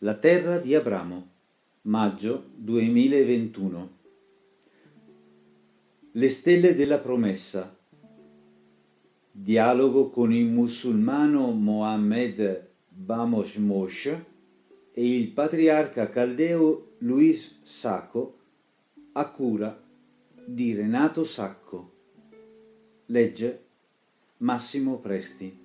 La terra di Abramo, maggio 2021. Le stelle della promessa. Dialogo con il musulmano Mohammed Bamosmosh e il patriarca caldeo Luis Sacco, a cura di Renato Sacco. Legge Massimo Presti.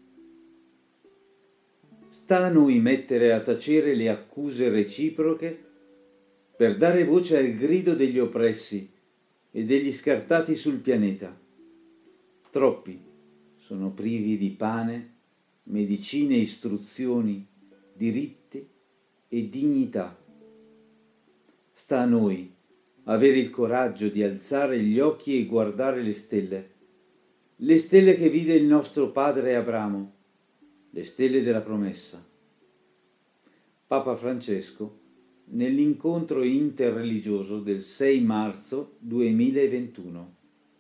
Sta a noi mettere a tacere le accuse reciproche per dare voce al grido degli oppressi e degli scartati sul pianeta. Troppi sono privi di pane, medicine, istruzioni, diritti e dignità. Sta a noi avere il coraggio di alzare gli occhi e guardare le stelle che vide il nostro padre Abramo, le stelle della promessa. Papa Francesco nell'incontro interreligioso del 6 marzo 2021.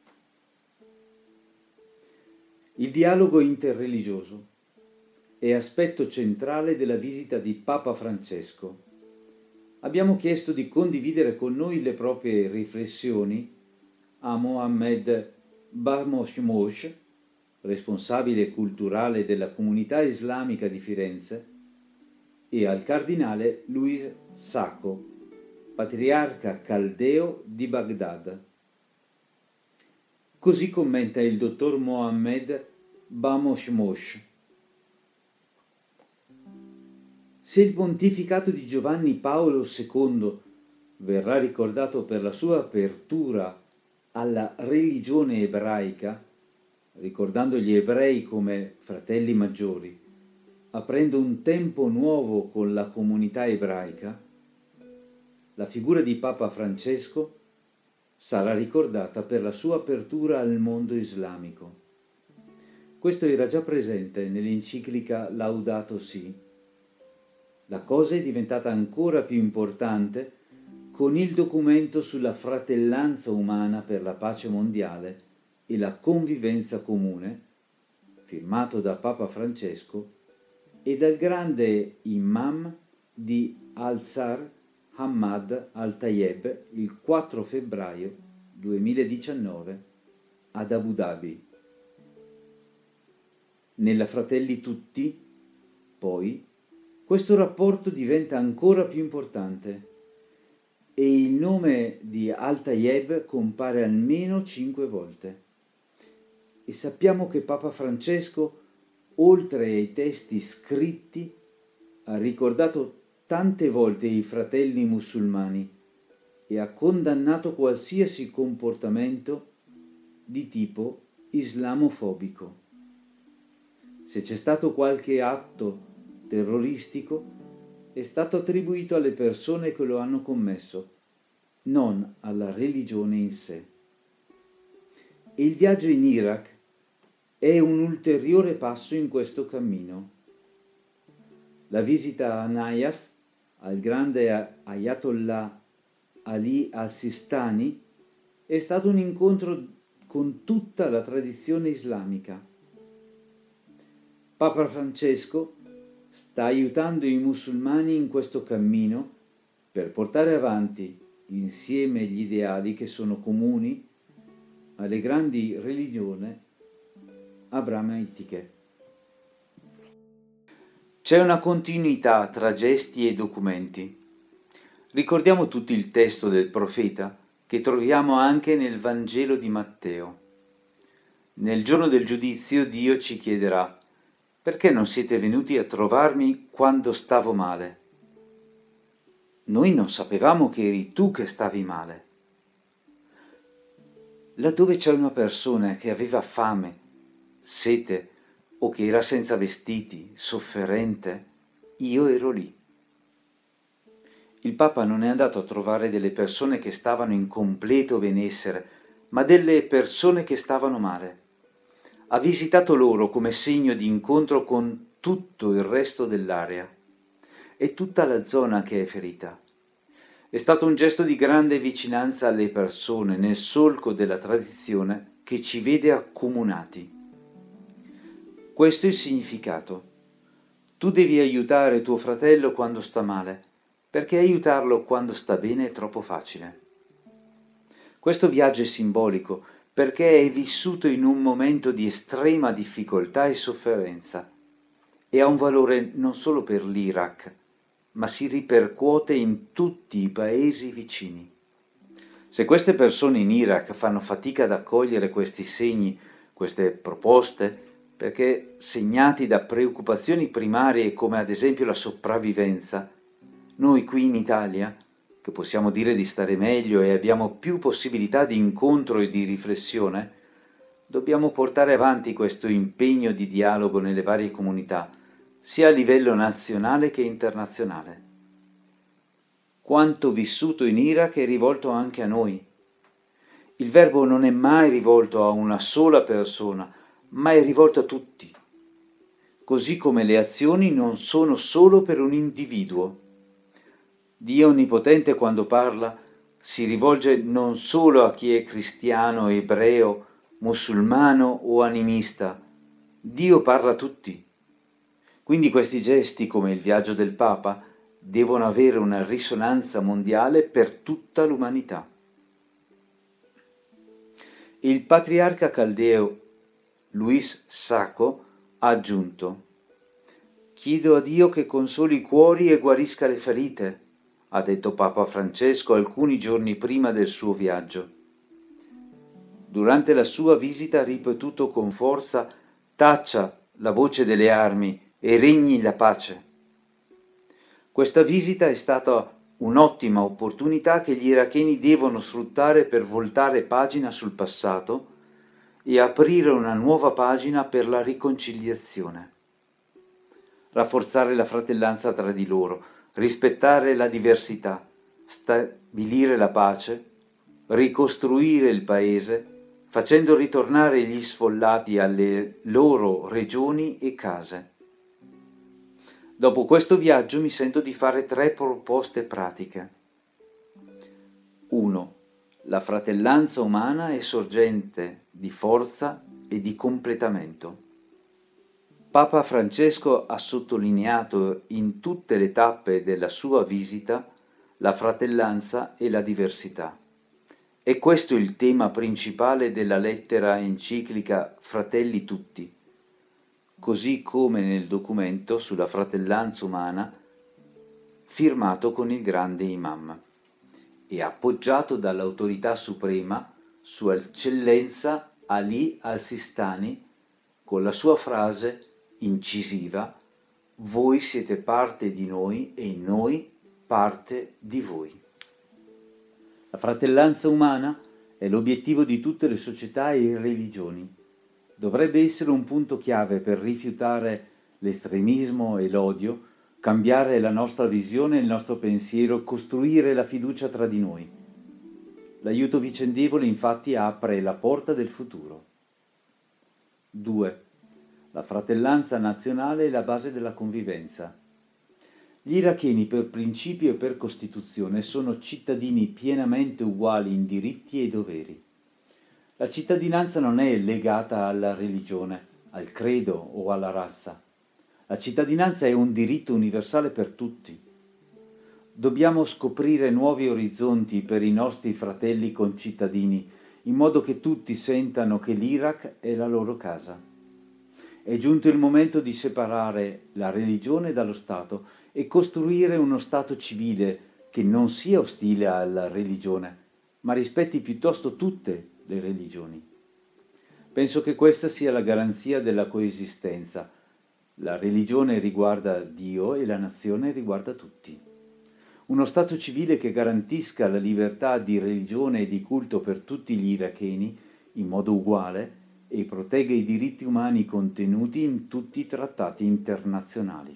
Il dialogo interreligioso è aspetto centrale della visita di Papa Francesco. Abbiamo chiesto di condividere con noi le proprie riflessioni a Mohammed Bamosmosh, responsabile culturale della comunità islamica di Firenze, e al cardinale Luis Sacco, patriarca caldeo di Baghdad. Così commenta il dottor Mohammed Bamosmosh. Se il pontificato di Giovanni Paolo II verrà ricordato per la sua apertura alla religione ebraica, ricordando gli ebrei come fratelli maggiori, aprendo un tempo nuovo con la comunità ebraica, la figura di Papa Francesco sarà ricordata per la sua apertura al mondo islamico. Questo era già presente nell'enciclica Laudato Si. La cosa è diventata ancora più importante con il documento sulla fratellanza umana per la pace mondiale e la convivenza comune, firmato da Papa Francesco e dal grande imam di Al-Azhar Ahmad Al-Tayeb il 4 febbraio 2019 ad Abu Dhabi. Nella Fratelli Tutti, poi, questo rapporto diventa ancora più importante e il nome di Al-Tayeb compare almeno 5 volte. E sappiamo che Papa Francesco, oltre ai testi scritti, ha ricordato tante volte i fratelli musulmani e ha condannato qualsiasi comportamento di tipo islamofobico. Se c'è stato qualche atto terroristico, è stato attribuito alle persone che lo hanno commesso, non alla religione in sé. E il viaggio in Iraq è un ulteriore passo in questo cammino. La visita a Najaf al grande Ayatollah Ali al-Sistani è stato un incontro con tutta la tradizione islamica. Papa Francesco sta aiutando i musulmani in questo cammino per portare avanti insieme gli ideali che sono comuni alle grandi religioni abramaitiche. C'è una continuità tra gesti e documenti. Ricordiamo tutti il testo del profeta che troviamo anche nel Vangelo di Matteo. Nel giorno del giudizio Dio ci chiederà: perché non siete venuti a trovarmi quando stavo male? Noi non sapevamo che eri tu che stavi male. Laddove c'è una persona che aveva fame, sete o che era senza vestiti, sofferente, io ero lì. Il Papa non è andato a trovare delle persone che stavano in completo benessere, ma delle persone che stavano male. Ha visitato loro come segno di incontro con tutto il resto dell'area. È tutta la zona che è ferita. È stato un gesto di grande vicinanza alle persone nel solco della tradizione che ci vede accomunati. Questo è il significato. Tu devi aiutare tuo fratello quando sta male, perché aiutarlo quando sta bene è troppo facile. Questo viaggio è simbolico perché è vissuto in un momento di estrema difficoltà e sofferenza e ha un valore non solo per l'Iraq, ma si ripercuote in tutti i paesi vicini. Se queste persone in Iraq fanno fatica ad accogliere questi segni, queste proposte, perché segnati da preoccupazioni primarie come ad esempio la sopravvivenza, noi qui in Italia, che possiamo dire di stare meglio e abbiamo più possibilità di incontro e di riflessione, dobbiamo portare avanti questo impegno di dialogo nelle varie comunità, sia a livello nazionale che internazionale. Quanto vissuto in Iraq è rivolto anche a noi. Il verbo non è mai rivolto a una sola persona, ma è rivolto a tutti, così come le azioni non sono solo per un individuo. Dio Onnipotente, quando parla, si rivolge non solo a chi è cristiano, ebreo, musulmano o animista. Dio parla a tutti. Quindi questi gesti, come il viaggio del Papa, devono avere una risonanza mondiale per tutta l'umanità. Il patriarca caldeo Luis Sacco ha aggiunto: «Chiedo a Dio che consoli i cuori e guarisca le ferite», ha detto Papa Francesco alcuni giorni prima del suo viaggio. Durante la sua visita ha ripetuto con forza: «Taccia la voce delle armi e regni la pace». Questa visita è stata un'ottima opportunità che gli iracheni devono sfruttare per voltare pagina sul passato e aprire una nuova pagina per la riconciliazione. Rafforzare la fratellanza tra di loro, rispettare la diversità, stabilire la pace, ricostruire il paese, facendo ritornare gli sfollati alle loro regioni e case. Dopo questo viaggio mi sento di fare 3 proposte pratiche. 1. La fratellanza umana è sorgente di forza e di completamento. Papa Francesco ha sottolineato in tutte le tappe della sua visita la fratellanza e la diversità. E questo è il tema principale della lettera enciclica Fratelli Tutti, così come nel documento sulla fratellanza umana firmato con il grande imam e appoggiato dall'autorità suprema, Sua Eccellenza Ali al-Sistani, con la sua frase incisiva: «Voi siete parte di noi e noi parte di voi». La fratellanza umana è l'obiettivo di tutte le società e religioni. Dovrebbe essere un punto chiave per rifiutare l'estremismo e l'odio, cambiare la nostra visione e il nostro pensiero, costruire la fiducia tra di noi. L'aiuto vicendevole infatti apre la porta del futuro. 2. La fratellanza nazionale è la base della convivenza. Gli iracheni per principio e per Costituzione sono cittadini pienamente uguali in diritti e doveri. La cittadinanza non è legata alla religione, al credo o alla razza. La cittadinanza è un diritto universale per tutti. Dobbiamo scoprire nuovi orizzonti per i nostri fratelli concittadini, in modo che tutti sentano che l'Iraq è la loro casa. È giunto il momento di separare la religione dallo Stato e costruire uno Stato civile che non sia ostile alla religione, ma rispetti piuttosto tutte le religioni. Penso che questa sia la garanzia della coesistenza. La religione riguarda Dio e la nazione riguarda tutti. Uno Stato civile che garantisca la libertà di religione e di culto per tutti gli iracheni in modo uguale e protegga i diritti umani contenuti in tutti i trattati internazionali.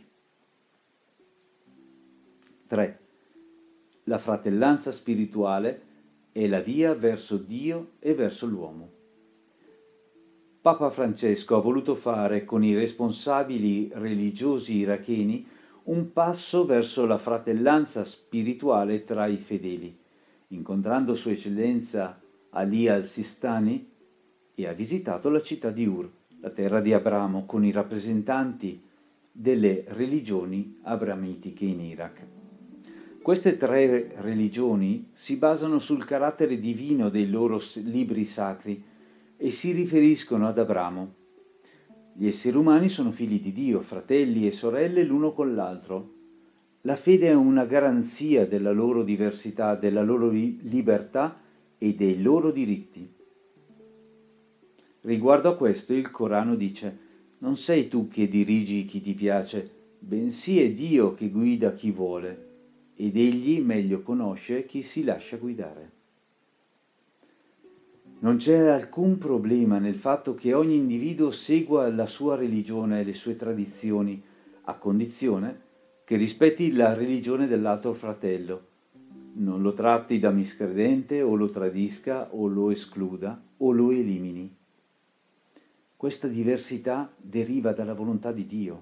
3. La fratellanza spirituale è la via verso Dio e verso l'uomo. Papa Francesco ha voluto fare con i responsabili religiosi iracheni un passo verso la fratellanza spirituale tra i fedeli, incontrando Sua Eccellenza Ali al-Sistani, e ha visitato la città di Ur, la terra di Abramo, con i rappresentanti delle religioni abramitiche in Iraq. Queste tre religioni si basano sul carattere divino dei loro libri sacri e si riferiscono ad Abramo. Gli esseri umani sono figli di Dio, fratelli e sorelle l'uno con l'altro. La fede è una garanzia della loro diversità, della loro libertà e dei loro diritti. Riguardo a questo il Corano dice: non sei tu che dirigi chi ti piace, bensì è Dio che guida chi vuole, ed egli meglio conosce chi si lascia guidare. Non c'è alcun problema nel fatto che ogni individuo segua la sua religione e le sue tradizioni, a condizione che rispetti la religione dell'altro fratello, non lo tratti da miscredente o lo tradisca o lo escluda o lo elimini. Questa diversità deriva dalla volontà di Dio.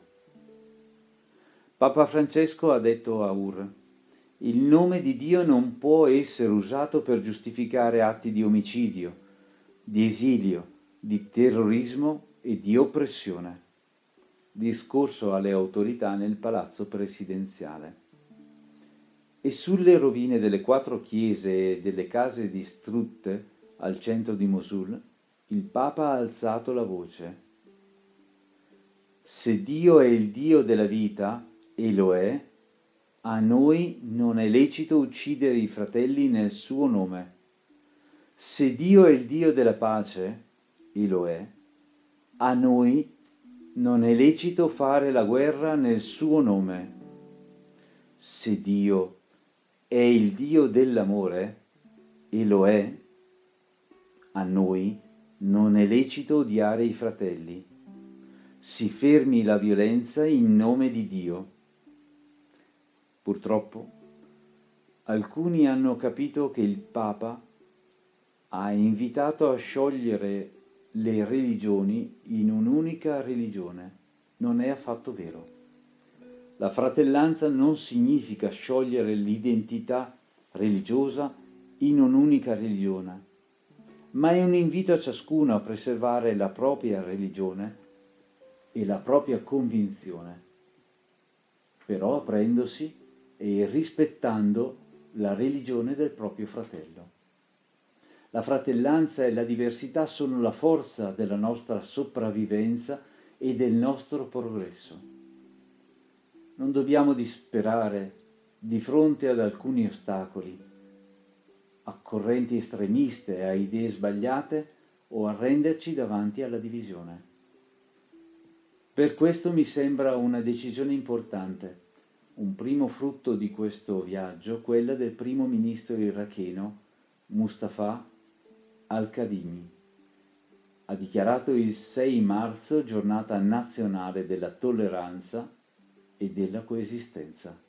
Papa Francesco ha detto a Ur: il nome di Dio non può essere usato per giustificare atti di omicidio, di esilio, di terrorismo e di oppressione. Discorso alle autorità nel palazzo presidenziale. E sulle rovine delle 4 chiese e delle case distrutte al centro di Mosul, il Papa ha alzato la voce. Se Dio è il Dio della vita, e lo è, a noi non è lecito uccidere i fratelli nel suo nome. Se Dio è il Dio della pace, e lo è, a noi non è lecito fare la guerra nel suo nome. Se Dio è il Dio dell'amore, e lo è, a noi non è lecito odiare i fratelli. Si fermi la violenza in nome di Dio. Purtroppo, alcuni hanno capito che il Papa ha invitato a sciogliere le religioni in un'unica religione. Non è affatto vero. La fratellanza non significa sciogliere l'identità religiosa in un'unica religione, ma è un invito a ciascuno a preservare la propria religione e la propria convinzione, però aprendosi e rispettando la religione del proprio fratello. La fratellanza e la diversità sono la forza della nostra sopravvivenza e del nostro progresso. Non dobbiamo disperare di fronte ad alcuni ostacoli, a correnti estremiste, a idee sbagliate o arrenderci davanti alla divisione. Per questo mi sembra una decisione importante, un primo frutto di questo viaggio, quella del primo ministro iracheno Mustafa al-Kadhimi. Ha dichiarato il 6 marzo giornata nazionale della tolleranza e della coesistenza.